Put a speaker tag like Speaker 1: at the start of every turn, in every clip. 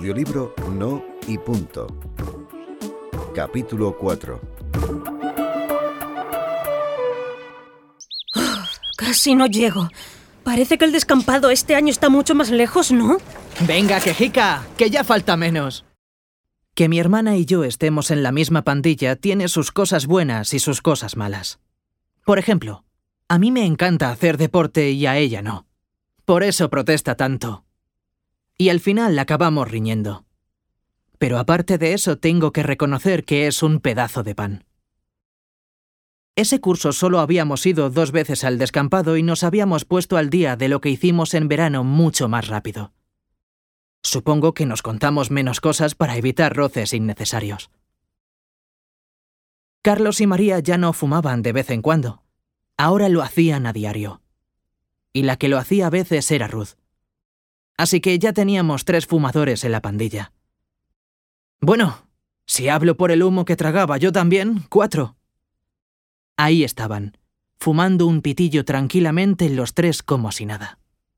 Speaker 1: Audiolibro No y punto. Capítulo 4.
Speaker 2: Casi no llego. Parece que el descampado este año está mucho más lejos, ¿no?
Speaker 3: Venga, quejica, que ya falta menos. Que mi hermana y yo estemos en la misma pandilla tiene sus cosas buenas y sus cosas malas. Por ejemplo, a mí me encanta hacer deporte y a ella no. Por eso protesta tanto. Y al final acabamos riñendo. Pero aparte de eso tengo que reconocer que es un pedazo de pan. Ese curso solo habíamos ido 2 veces al descampado y nos habíamos puesto al día de lo que hicimos en verano mucho más rápido. Supongo que nos contamos menos cosas para evitar roces innecesarios. Carlos y María ya no fumaban de vez en cuando. Ahora lo hacían a diario. Y la que lo hacía a veces era Ruth. Así que ya teníamos 3 fumadores en la pandilla. Bueno, si hablo por el humo que tragaba yo también, 4. Ahí estaban, fumando un pitillo tranquilamente los 3 como si nada.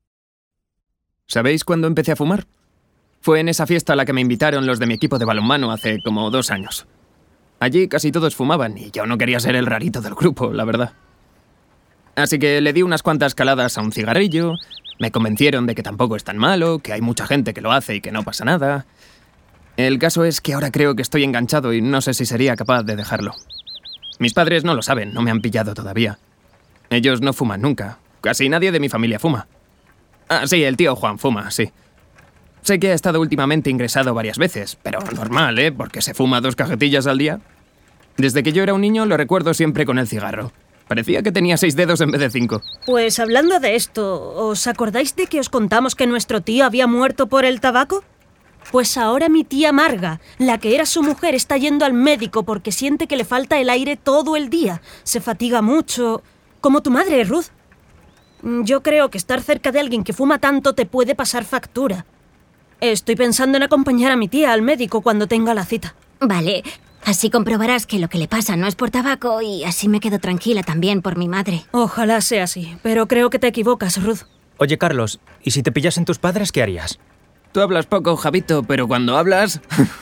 Speaker 4: ¿Sabéis cuándo empecé a fumar? Fue en esa fiesta a la que me invitaron los de mi equipo de balonmano hace como 2 años. Allí casi todos fumaban y yo no quería ser el rarito del grupo, la verdad. Así que le di unas cuantas caladas a un cigarrillo, me convencieron de que tampoco es tan malo, que hay mucha gente que lo hace y que no pasa nada. El caso es que ahora creo que estoy enganchado y no sé si sería capaz de dejarlo. Mis padres no lo saben, no me han pillado todavía. Ellos no fuman nunca. Casi nadie de mi familia fuma. Ah, sí, el tío Juan fuma, sí. Sé que ha estado últimamente ingresado varias veces, pero normal, ¿eh? Porque se fuma 2 cajetillas al día. Desde que yo era un niño lo recuerdo siempre con el cigarro. Parecía que tenía 6 dedos en vez de 5.
Speaker 2: Pues hablando de esto, ¿os acordáis de que os contamos que nuestro tío había muerto por el tabaco? Pues ahora mi tía Marga, la que era su mujer, está yendo al médico porque siente que le falta el aire todo el día. Se fatiga mucho. Como tu madre, Ruth. Yo creo que estar cerca de alguien que fuma tanto te puede pasar factura. Estoy pensando en acompañar a mi tía al médico cuando tenga la cita.
Speaker 5: Vale, así comprobarás que lo que le pasa no es por tabaco y así me quedo tranquila también por mi madre.
Speaker 2: Ojalá sea así, pero creo que te equivocas, Ruth.
Speaker 6: Oye, Carlos, ¿y si te pillasen tus padres, qué harías?
Speaker 4: Tú hablas poco, Javito, pero cuando hablas...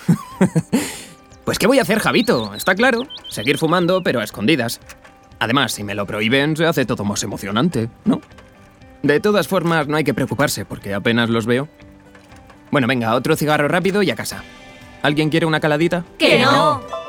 Speaker 4: Pues ¿qué voy a hacer, Javito? Está claro. Seguir fumando, pero a escondidas. Además, si me lo prohíben, se hace todo más emocionante, ¿no? De todas formas, no hay que preocuparse, porque apenas los veo. Bueno, venga, otro cigarro rápido y a casa. ¿Alguien quiere una caladita?
Speaker 5: ¡Que no!